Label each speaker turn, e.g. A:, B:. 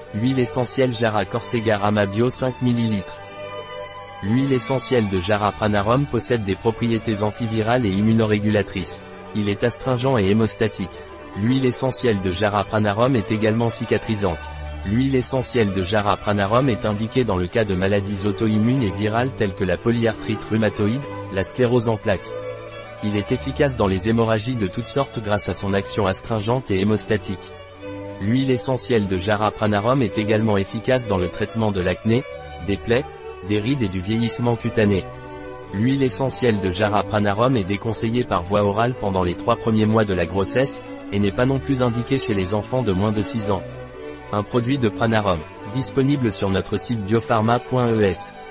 A: Huile essentielle Jara Corsica Rama Bio 5 ml. L'huile essentielle de Jara Pranarum possède des propriétés antivirales et immunorégulatrices. Il est astringent et hémostatique. L'huile essentielle de Jara Pranarum est également cicatrisante. L'huile essentielle de Jara Pranarum est indiquée dans le cas de maladies auto-immunes et virales telles que la polyarthrite rhumatoïde, la sclérose en plaques. Il est efficace dans les hémorragies de toutes sortes grâce à son action astringente et hémostatique. L'huile essentielle de Jara Pranarum est également efficace dans le traitement de l'acné, des plaies, des rides et du vieillissement cutané. L'huile essentielle de Jara Pranarum est déconseillée par voie orale pendant les 3 premiers mois de la grossesse, et n'est pas non plus indiquée chez les enfants de moins de 6 ans. Un produit de Pranarum, disponible sur notre site biopharma.es.